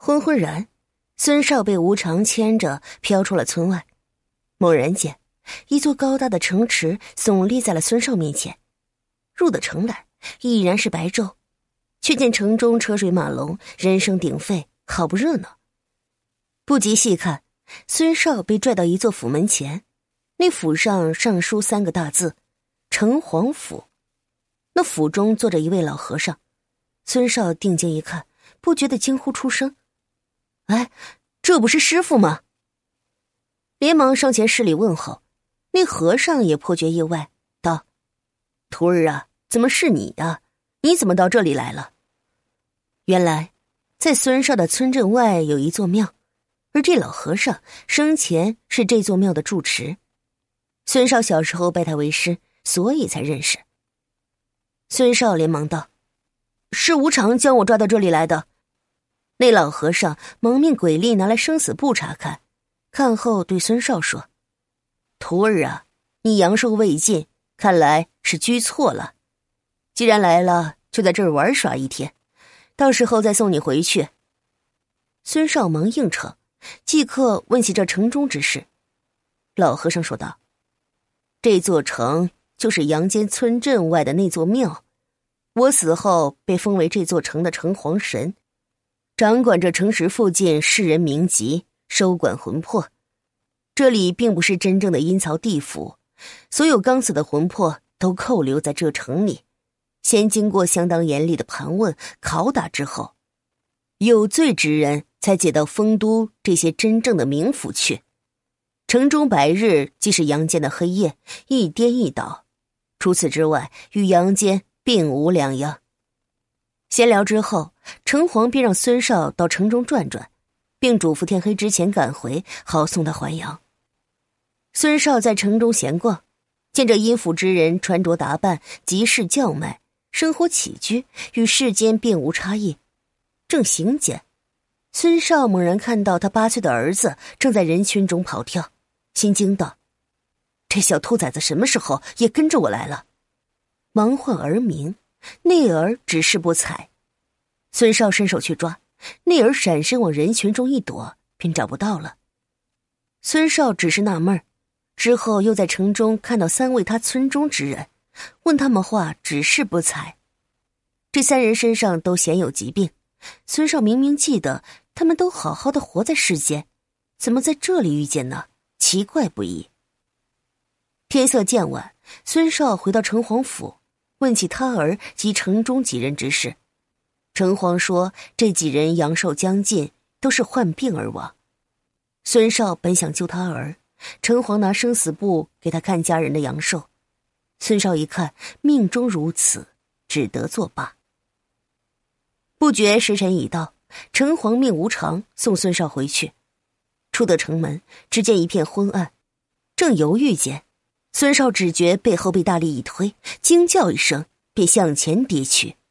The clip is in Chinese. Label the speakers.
Speaker 1: 昏昏然，孙少被吴常牵着飘出了村外。猛然间，一座高大的城池耸立在了孙少面前。入得城来，已然是白昼，却见城中车水马龙，人声鼎沸，好不热闹。不及细看，孙少被拽到一座府门前，那府上上书3个大字：城隍府。那府中坐着一位老和尚。孙少定睛一看，不觉得惊呼出声：哎，这不是师父吗？连忙上前施礼问候。那和尚也颇觉意外，道：徒儿啊，怎么是你呀？你怎么到这里来了？原来在孙少的村镇外有一座庙，而这老和尚生前是这座庙的住持。孙少小时候拜他为师，所以才认识。孙少连忙道：是吴常将我抓到这里来的。那老和尚蒙面鬼力拿来生死簿查看，看后对孙少说：徒儿啊，你阳寿未尽，看来是居错了。既然来了，就在这儿玩耍一天，到时候再送你回去。孙少忙应承，即刻问起这城中之事。老和尚说道：这座城就是阳间村镇外的那座庙，我死后被封为这座城的城隍神，掌管着城池附近世人名籍，收管魂魄。这里并不是真正的阴曹地府，所有刚死的魂魄都扣留在这城里，先经过相当严厉的盘问拷打之后，有罪之人才解到丰都这些真正的冥府去。城中白日即是阳间的黑夜，一颠一倒，除此之外与阳间并无两样。闲聊之后，城隍便让孙少到城中转转，并嘱咐天黑之前赶回，好送他还阳。孙少在城中闲逛，见这阴府之人穿着打扮，极是叫卖，生活起居与世间并无差异。正行间，孙少猛然看到他8岁的儿子正在人群中跑跳，心惊道：这小兔崽子什么时候也跟着我来了？忙唤儿名，那儿只是不睬。孙少伸手去抓，那儿闪身往人群中一躲，便找不到了。孙少只是纳闷，之后又在城中看到3位他村中之人，问他们话，只是不睬。这3人身上都显有疾病，孙少明明记得他们都好好的活在世间，怎么在这里遇见呢？奇怪不已。天色渐晚，孙少回到城隍府，问起他儿及城中几人之事。城隍说这几人阳寿将尽，都是患病而亡。孙少本想救他儿，城隍拿生死簿给他看家人的阳寿。孙少一看命中如此，只得作罢。不觉时辰已到，城隍命吴常送孙少回去。出得城门，只见一片昏暗，正犹豫间，孙少只觉背后被大力一推，惊叫一声，便向前跌去。